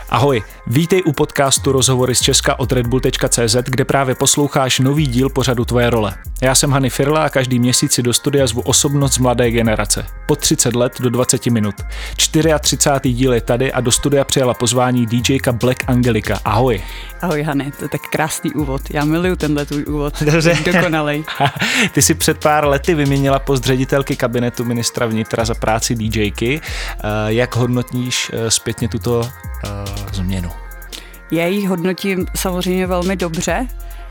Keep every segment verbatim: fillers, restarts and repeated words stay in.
Ahoj, vítej u podcastu Rozhovory z Česka od redbull tečka cé zet, kde právě posloucháš nový díl pořadu Tvoje role. Já jsem Hany Firla a každý měsíc si do studia zvu osobnost z mladé generace. Po třicet let do dvacet minut. třicátý čtvrtý díl je tady a do studia přijala pozvání DJka Black Angelika. Ahoj. Ahoj Hany, to je tak krásný úvod. Já miluju tenhle tvůj úvod. Dokonalej. Ty si před pár lety vyměnila post ředitelky kabinetu ministra vnitra za práci DJky. Jak hodnotíš zpětně tuto uh, změnu? Já ji hodnotím samozřejmě velmi dobře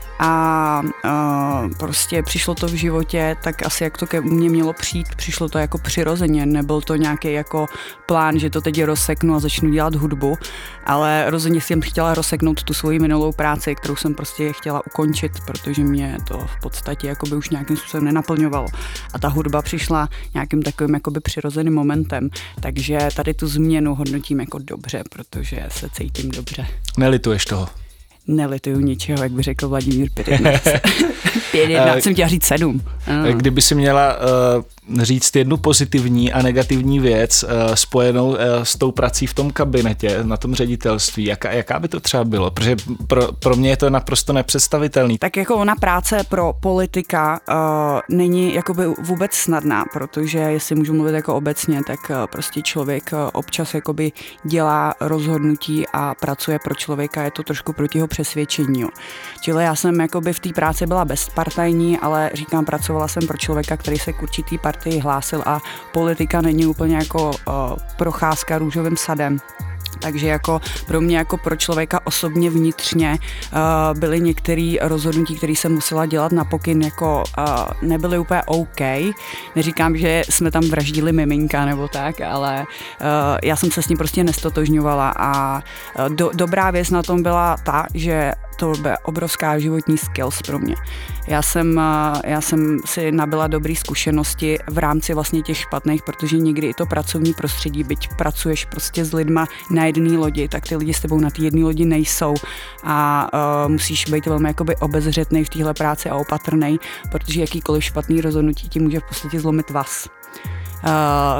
a uh, prostě přišlo to v životě tak asi jak to ke mně mělo přijít, přišlo to jako přirozeně, nebyl to nějaký jako plán, že to teď rozseknu a začnu dělat hudbu, ale rozhodně jsem chtěla rozseknout tu svoji minulou práci, kterou jsem prostě chtěla ukončit, protože mě to v podstatě jakoby už nějakým způsobem nenaplňovalo a ta hudba přišla nějakým takovým jakoby přirozeným momentem, takže tady tu změnu hodnotím jako dobře, protože se cítím dobře. Nelituješ toho? Nelituju ničeho, jak by řekl Vladimír pět jedna. pět jedna, jsem chtěla říct sedm. Ano. Kdyby si měla uh, říct jednu pozitivní a negativní věc uh, spojenou uh, s tou prací v tom kabinetě, na tom ředitelství, jaká, jaká by to třeba bylo? Protože pro, pro mě je to naprosto nepředstavitelný. Tak jako ona práce pro politika uh, není jakoby vůbec snadná, protože jestli můžu mluvit jako obecně, tak uh, prostě člověk uh, občas jakoby dělá rozhodnutí a pracuje pro člověka, je to trošku proti jeho přesvědčení. Čili já jsem jakoby v té práci byla bezpartajní, ale říkám, pracovala jsem pro člověka, který se k určitý partii hlásil a politika není úplně jako uh, procházka růžovým sadem. Takže jako pro mě jako pro člověka osobně vnitřně uh, byly některé rozhodnutí, které jsem musela dělat na pokyn, jako uh, nebyly úplně OK. Neříkám, že jsme tam vraždili miminka nebo tak, ale uh, já jsem se s ním prostě nestotožňovala a uh, do, dobrá věc na tom byla ta, že to byla obrovská životní skills pro mě. Já jsem, já jsem si nabyla dobré zkušenosti v rámci vlastně těch špatných, protože někdy i to pracovní prostředí, byť pracuješ prostě s lidma na jedné lodi, tak ty lidi s tebou na té jedné lodi nejsou a uh, musíš být velmi jakoby obezřetnej v téhle práci a opatrnej, protože jakýkoliv špatný rozhodnutí ti může v podstatě zlomit vás. Uh,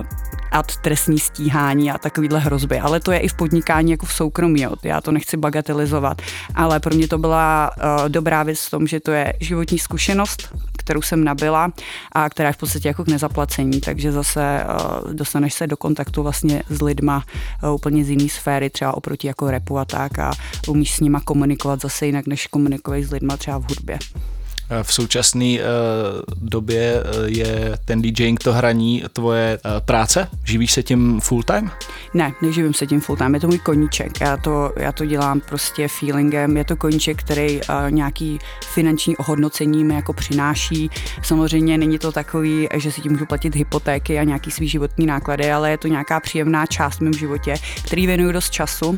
a trestní stíhání a takovýhle hrozby, ale to je i v podnikání jako v soukromí, jo. Já to nechci bagatelizovat, ale pro mě to byla uh, dobrá věc v tom, že to je životní zkušenost, kterou jsem nabyla a která je v podstatě jako k nezaplacení, takže zase uh, dostaneš se do kontaktu vlastně s lidma uh, úplně z jiný sféry, třeba oproti jako rapu a tak a umíš s nima komunikovat zase jinak, než komunikuješ s lidma třeba v hudbě. V současné uh, době je ten DJing, to hraní tvoje uh, práce? Živíš se tím full time? Ne, neživím se tím full time, je to můj koníček. Já to, já to dělám prostě feelingem, je to koníček, který uh, nějaký finanční ohodnocení mi jako přináší. Samozřejmě není to takový, že si tím můžu platit hypotéky a nějaký svý životní náklady, ale je to nějaká příjemná část v mém životě, který věnuju dost času uh,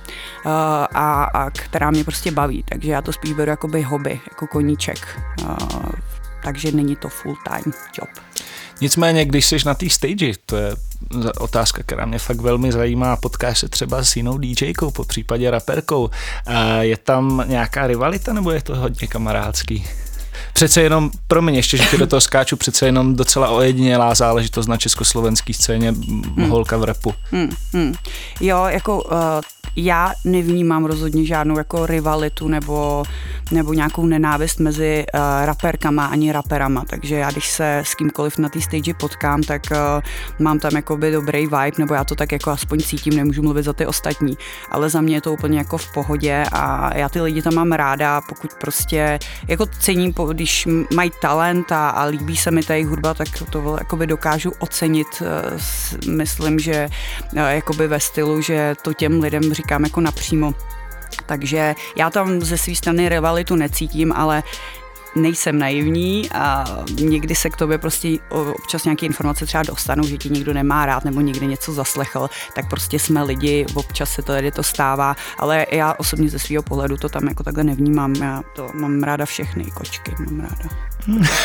a, a která mě prostě baví. Takže já to spíš beru jakoby hobby, jako koníček. Uh, takže není to full time job. Nicméně, když jsi na té stage, to je otázka, která mě fakt velmi zajímá, potkáš se třeba s jinou DJkou, po případě raperkou, je tam nějaká rivalita nebo je to hodně kamarádský? Přece jenom, promiň ještě, že ti do toho skáču, přece jenom docela ojedinělá záležitost na československé scéně, hmm. holka v rapu. Hmm, hmm. Jo, jako uh, já nevnímám rozhodně žádnou jako rivalitu nebo, nebo nějakou nenávist mezi uh, raperkama ani raperama, takže já když se s kýmkoliv na té stage potkám, tak uh, mám tam jakoby dobrý vibe, nebo já to tak jako aspoň cítím, nemůžu mluvit za ty ostatní, ale za mě je to úplně jako v pohodě a já ty lidi tam mám ráda, pokud prostě jako cením, když mají talent a, a líbí se mi ta jejich hudba, tak to jakoby dokážu ocenit, uh, myslím, že uh, jakoby ve stylu, že to těm lidem říkám jako napřímo. Takže já tam ze své strany rivalitu necítím, ale nejsem naivní a někdy se k tobě prostě občas nějaké informace třeba dostanou, že ti někdo nemá rád nebo někdy něco zaslechl, tak prostě jsme lidi, občas se to tady to stává, ale já osobně ze svého pohledu to tam jako takhle nevnímám, já to mám ráda všechny kočky, mám ráda.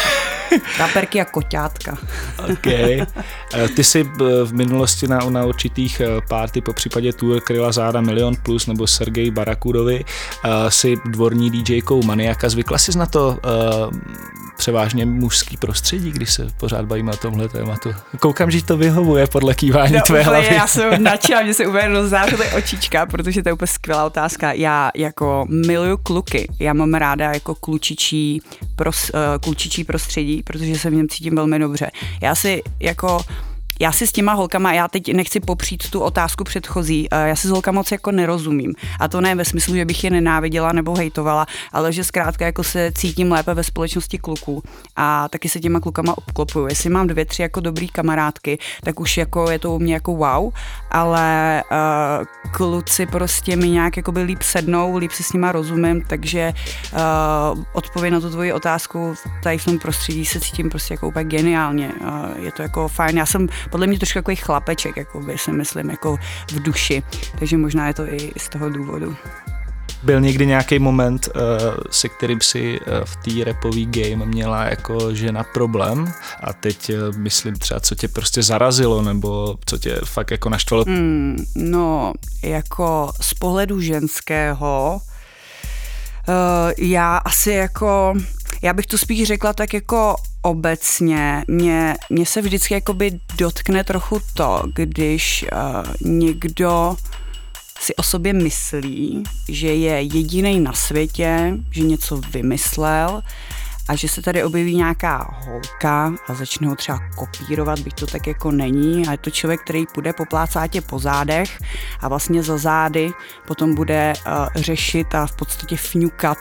Raperky a koťátka. OK. Ty jsi v minulosti na, na určitých party, po případě tour kryla záda Milion Plus nebo Sergej Barakudovi, si dvorní DJkou Maniaka. Zvykla jsi na to uh, převážně mužský prostředí, když se pořád bavíme o tomhle tématu? Koukám, že to vyhovuje podle kývání no, tvé hlavy. Já jsem nadšila, že se úplně rozzářily očička, protože to je úplně skvělá otázka. Já jako miluju kluky. Já mám ráda jako klučičí, pros, uh, klučičí prostředí, protože se v něm cítím velmi dobře. Já si jako Já si s těma holkama, já teď nechci popřít tu otázku předchozí, já si s holkama moc jako nerozumím. A to ne ve smyslu, že bych je nenáviděla nebo hejtovala, ale že zkrátka jako se cítím lépe ve společnosti kluků a taky se těma klukama obklopuju. Jestli mám dvě, tři jako dobrý kamarádky, tak už jako je to u mě jako wow, ale uh, kluci prostě mi nějak jako by líp sednou, líp si s nima rozumím, takže uh, odpověď na tu tvoji otázku, tady v tom prostředí se cítím prostě jako úplně geniálně. Uh, je to jako fajn. Já jsem podle mě trošku takový chlapeček, jako by si myslím, jako v duši, takže možná je to i z toho důvodu. Byl někdy nějaký moment, uh, se kterým si uh, v té rapový game měla jako žena problém a teď uh, myslím třeba, co tě prostě zarazilo nebo co tě fakt jako naštvalo? Mm, no, jako z pohledu ženského uh, já asi jako, já bych to spíš řekla tak jako obecně, mě, mě se vždycky jakoby dotkne trochu to, když uh, někdo si o sobě myslí, že je jedinej na světě, že něco vymyslel a že se tady objeví nějaká holka a začne ho třeba kopírovat, byť to tak jako není, a je to člověk, který půjde poplácá tě po zádech a vlastně za zády potom bude uh, řešit a v podstatě fňukat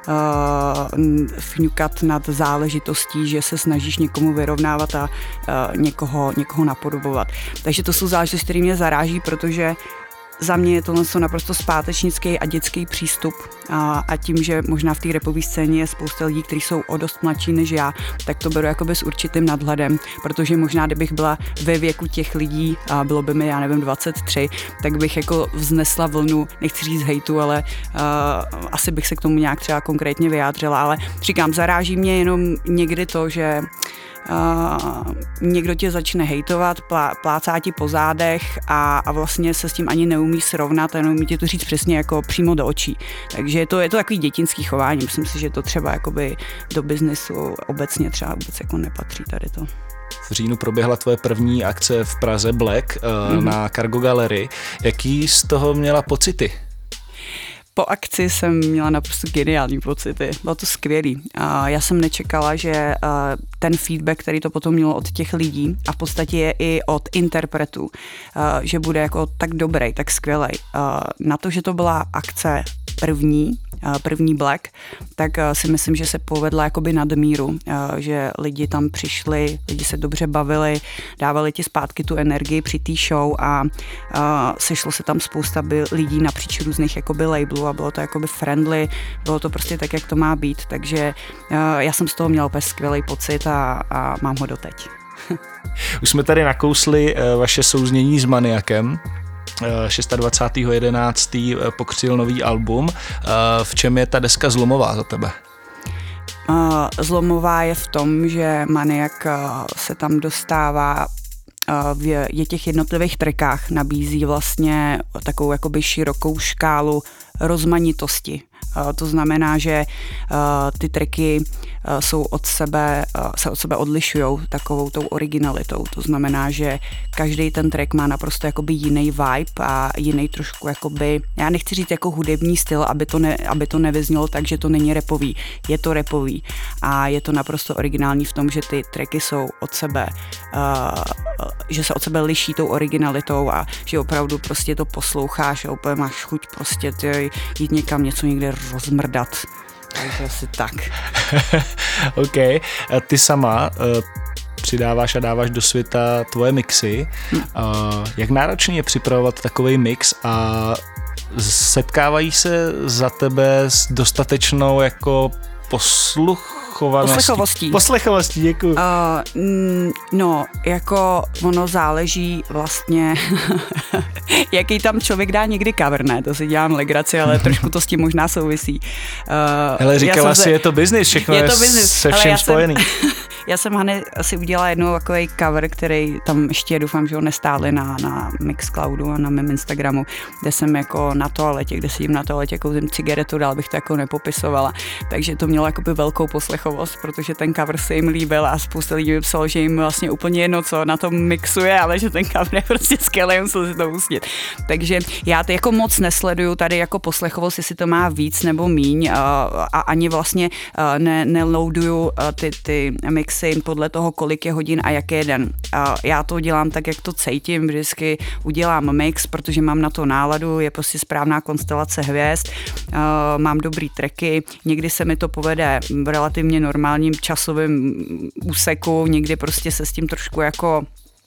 Uh, fňukat nad záležitostí, že se snažíš někomu vyrovnávat a uh, někoho, někoho napodobovat. Takže to jsou záležitosti, které mě zaráží, protože za mě je to naprosto zpátečnický a dětský přístup a, a tím, že možná v té rapové scéně je spousta lidí, kteří jsou o dost mladší než já, tak to beru jakoby s určitým nadhledem, protože možná, kdybych byla ve věku těch lidí a bylo by mi, já nevím, dvacet tři, tak bych jako vznesla vlnu, nechci říct hejtu, ale uh, asi bych se k tomu nějak třeba konkrétně vyjádřila, ale říkám, zaráží mě jenom někdy to, že Uh, někdo tě začne hejtovat, plá, plácá ti po zádech a, a vlastně se s tím ani neumí srovnat a neumí ti to říct přesně jako přímo do očí. Takže je to, je to takový dětinský chování. Myslím si, že to třeba jakoby do biznesu obecně třeba vůbec jako nepatří tady to. V říjnu proběhla tvoje první akce v Praze Black uh, mm-hmm. na Cargo Gallery. Jaký z toho měla pocity? Po akci jsem měla naprosto geniální pocity, bylo to skvělý. Já jsem nečekala, že ten feedback, který to potom mělo od těch lidí a v podstatě je i od interpretů, že bude jako tak dobrý, tak skvělej. Na to, že to byla akce první, první Black, tak si myslím, že se povedla jakoby nadmíru, že lidi tam přišli, lidi se dobře bavili, dávali ti zpátky tu energii při té show a sešlo se tam spousta lidí napříč různých jakoby labelů a bylo to jakoby friendly, bylo to prostě tak, jak to má být, takže já jsem z toho měla úplně skvělý pocit a, a mám ho doteď. Už jsme tady nakousli vaše souznění s Maniakem. dvacátého šestého jedenáctého pokřtil nový album. V čem je ta deska zlomová za tebe? Zlomová je v tom, že Maniak se tam dostává v je těch jednotlivých trackách, nabízí vlastně takovou jakoby širokou škálu rozmanitosti. To znamená, že ty tracky jsou od sebe, se od sebe odlišujou takovou tou originalitou. To znamená, že každý ten track má naprosto jakoby jiný vibe a jiný trošku jakoby, já nechci říct jako hudební styl, aby to, ne, aby to nevyznělo tak, že to není rapový. Je to rapový a je to naprosto originální v tom, že ty tracky jsou od sebe, uh, že se od sebe liší tou originalitou a že opravdu prostě to posloucháš a úplně máš chuť prostě ty, jít někam něco někde rozmrdat. Takže asi tak. OK. Ty sama uh, přidáváš a dáváš do světa tvoje mixy. Hmm. Uh, jak náročný je připravovat takovej mix a setkávají se za tebe s dostatečnou jako posluch Poslechovostí. Poslechovostí, děkuji. Uh, no, jako ono záleží vlastně, jaký tam člověk dá někdy cover, ne? To si dělám legraci, ale trošku to s tím možná souvisí. Uh, Hele, říkala si, se, je to business, všechno je, to business, se všem já spojený. Jsem, já jsem Hany asi udělala jednou takový cover, který tam ještě doufám, že ho nestáli na, na Mixcloudu a na mém Instagramu, kde jsem jako na toaletě, kde sedím na toaletě, kouzím cigaretu, dál bych to jako nepopisovala. Takže to mělo jakoby velkou poslechovost, protože ten cover se jim líbil a spousta lidí mi psalo, že jim vlastně úplně jedno, co na tom mixuje, ale že ten cover je prostě skvělý, musel si to pustit. Takže já to jako moc nesleduju tady jako poslechovost, jestli to má víc nebo míň a, a ani vlastně ne, neloaduju ty, ty mixy podle toho, kolik je hodin a jaký je den. A já to dělám tak, jak to cítím, vždycky udělám mix, protože mám na to náladu, je prostě správná konstelace hvězd, mám dobrý tracky, někdy se mi to povede v relativně normálním časovém úseku, někdy prostě se s tím trošku jako,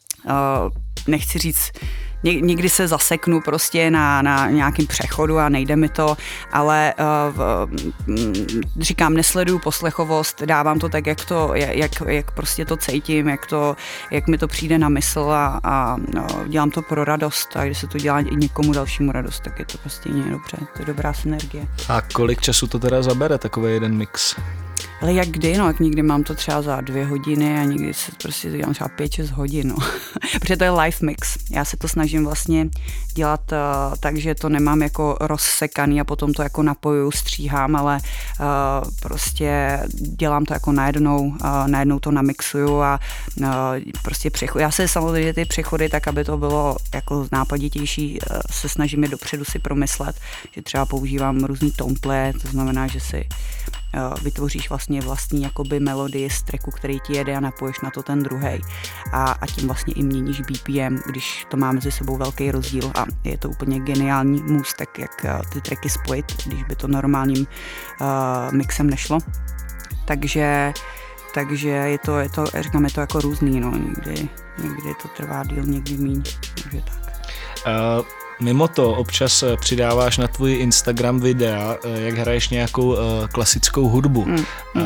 nechci říct, někdy se zaseknu prostě na, na nějakým přechodu a nejde mi to, ale uh, říkám, nesleduju poslechovost, dávám to tak, jak to, jak, jak prostě to cítím, jak, to, jak mi to přijde na mysl a, a no, dělám to pro radost a když se to dělá i někomu dalšímu radost, tak je to prostě nie dobře, to je dobrá synergie. A kolik času to teda zabere, takový jeden mix? Ale jak kdy, no, jak někdy mám to třeba za dvě hodiny a někdy se prostě dělám třeba pět, šest hodin, no. Protože to je live mix. Já se to snažím vlastně dělat uh, tak, že to nemám jako rozsekaný a potom to jako napojuju, stříhám, ale uh, prostě dělám to jako najednou, uh, najednou to namixuju a uh, prostě přechod. Já se samozřejmě ty přechody tak, aby to bylo jako nápaditější, uh, se snažím je dopředu si promyslet, že třeba používám různý tomple, to znamená, že si vytvoříš vlastně vlastní jakoby melodii z tracku, který ti jede a napoješ na to ten druhej. A, a tím vlastně i měníš B P M, když to má mezi sebou velký rozdíl a je to úplně geniální můstek, jak ty tracky spojit, když by to normálním uh, mixem nešlo. Takže takže je to, je to, říkám, je to jako různý, no, někdy, někdy to trvá díl, někdy míň, takže tak. Uh... Mimo to občas přidáváš na tvůj Instagram videa, jak hraješ nějakou klasickou hudbu. Mm, mm.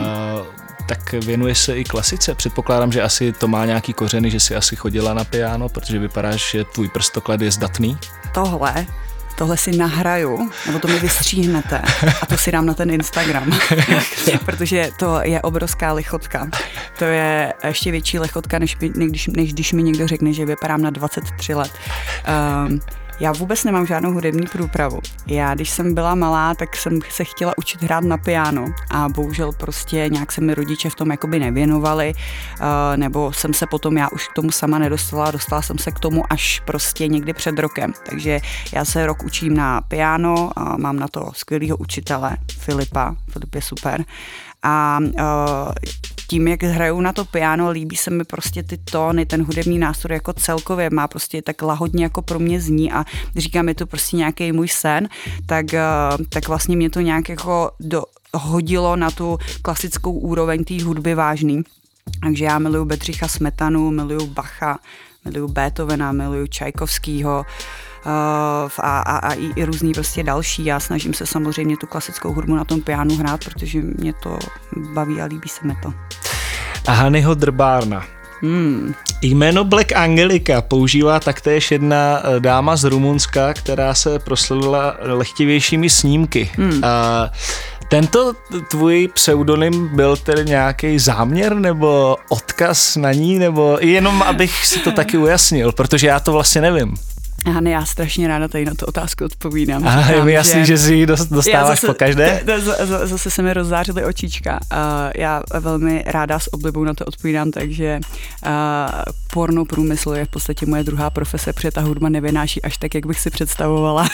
Tak věnuješ se i klasice? Předpokládám, že asi to má nějaký kořeny, že jsi asi chodila na piano, protože vypadáš, že tvůj prstoklad je zdatný. Tohle, tohle si nahraju, nebo to mi vystříhnete a to si dám na ten Instagram, protože to je obrovská lichotka. To je ještě větší lichotka, než, než, než když mi někdo řekne, že vypadám na dvacet tři let. Um, Já vůbec nemám žádnou hudební průpravu. Já, když jsem byla malá, tak jsem se chtěla učit hrát na piano a bohužel prostě nějak se mi rodiče v tom jakoby nevěnovali, uh, nebo jsem se potom já už k tomu sama nedostala, dostala jsem se k tomu až prostě někdy před rokem. Takže já se rok učím na piano, a mám na to skvělýho učitele, Filipa, Filip je super. A uh, tím, jak hraju na to piano, líbí se mi prostě ty tóny, ten hudební nástroj jako celkově má prostě tak lahodně jako pro mě zní a říkám, je to prostě nějaký můj sen, tak, uh, tak vlastně mě to nějak jako dohodilo na tu klasickou úroveň té hudby vážný. Takže já miluju Bedřicha Smetanu, miluju Bacha, miluju Beethovena, miluju Čajkovskýho, Uh, a, a, a i, i různý prostě další. Já snažím se samozřejmě tu klasickou hudbu na tom pianu hrát, protože mě to baví a líbí se mi to. A Hanyho Drbárna. Hmm. Jméno Black Angelika používá taktéž jedna dáma z Rumunska, která se proslavila lehtivějšími snímky. Hmm. A tento tvůj pseudonym byl tedy nějaký záměr nebo odkaz na ní, nebo jenom abych si to taky ujasnil, protože já to vlastně nevím. Hany, já strašně ráda tady na tu otázku odpovídám. Aha, je mi jasný, že, že si ji dostáváš zase, po každé? To, to, zase se mi rozzářily očička. Uh, já velmi ráda s oblibou na to odpovídám, takže uh, porno průmysl je v podstatě moje druhá profese, protože ta hudba nevynáší až tak, jak bych si představovala.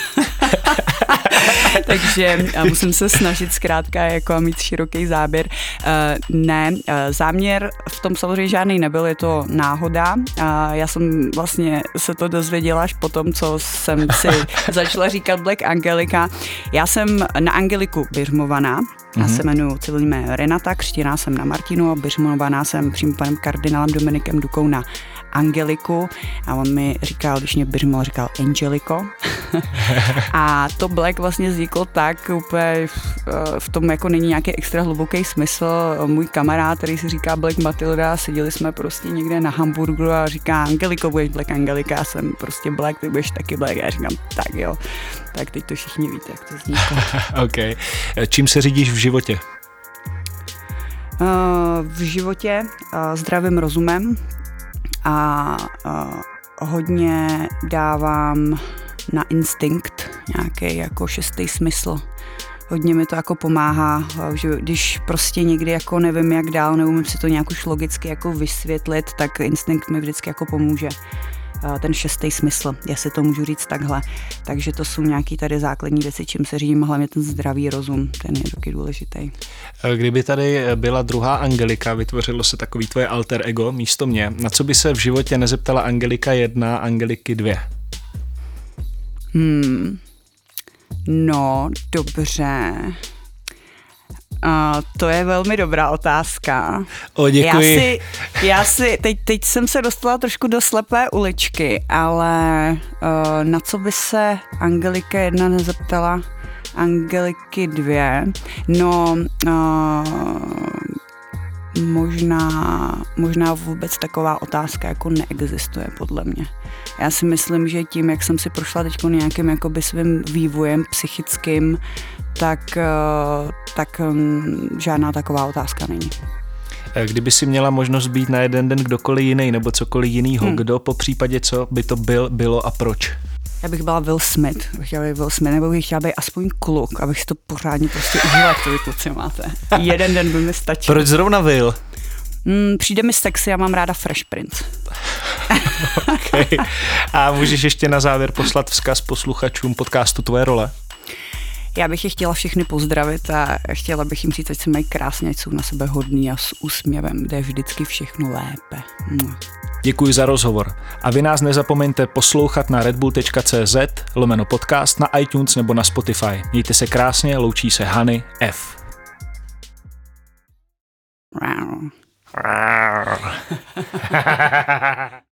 Takže musím se snažit zkrátka jako mít široký záběr. Ne, záměr v tom samozřejmě žádný nebyl, je to náhoda. Já jsem vlastně se to dozvěděla až potom, co jsem si začala říkat Black Angelika. Já jsem na Angeliku biřmovaná. Já mm-hmm. se jmenuji civilní jméno Renata, křtěná jsem na Martinu a biřmovaná jsem přímo panem kardinálem Dominikem Dukou na Angeliku a on mi říkal, když mě biřmoval, říkal Angeliko. A to Black vlastně vzniklo tak, úplně v, v tom jako není nějaký extra hluboký smysl. Můj kamarád, který si říká Black Matilda, seděli jsme prostě někde na hamburgeru a říká Angeliko, budeš Black Angelika, já jsem prostě Black, ty budeš taky Black. A já říkám, tak jo, tak teď to všichni víte, jak to vzniklo. OK. Čím se řídíš v životě? V životě zdravým rozumem a hodně dávám na instinkt, nějaký jako šestý smysl. Hodně mi to jako pomáhá, že když prostě někdy jako nevím jak dál, neumím si to nějak už logicky jako vysvětlit, tak instinkt mi vždycky jako pomůže. Ten šestý smysl, jestli to můžu říct takhle. Takže to jsou nějaké tady základní věci, čím se řídím, hlavně ten zdravý rozum, ten je taky důležitý. Kdyby tady byla druhá Angelika, vytvořilo se takový tvoje alter ego místo mě, na co by se v životě nezeptala Angelika jedna, Angeliky dvě? Hmm, no, dobře. Uh, to je velmi dobrá otázka. O, děkuji. Já si, já si teď, teď jsem se dostala trošku do slepé uličky, ale uh, na co by se Angelika jedna nezeptala Angeliky dvě? No, uh, možná, možná vůbec taková otázka jako neexistuje podle mě. Já si myslím, že tím, jak jsem si prošla teď nějakým jakoby svým vývojem psychickým, tak, tak žádná taková otázka není. Kdyby si měla možnost být na jeden den kdokoliv jiný nebo cokoliv jinýho, hmm. kdo po případě co by to byl, bylo a proč? Já bych byla Will Smith, bych chtěla být Will Smith, nebo bych chtěla být aspoň kluk, abych si to pořádně prostě užila, jak to vy kluci máte. Jeden den by mi stačil. Proč zrovna Will? Mm, přijde mi sexy, já mám ráda Fresh Prince. Okay. A můžeš ještě na závěr poslat vzkaz posluchačům podcastu Tvoje role? Já bych je chtěla všechny pozdravit a chtěla bych jim říct, ať se mají krásně, ať jsou na sebe hodní a s úsměvem, jde vždycky všechno lépe. Děkuji za rozhovor. A vy nás nezapomeňte poslouchat na redbull tečka cz lomeno podcast, na iTunes nebo na Spotify. Mějte se krásně, loučí se Hany F. Wow.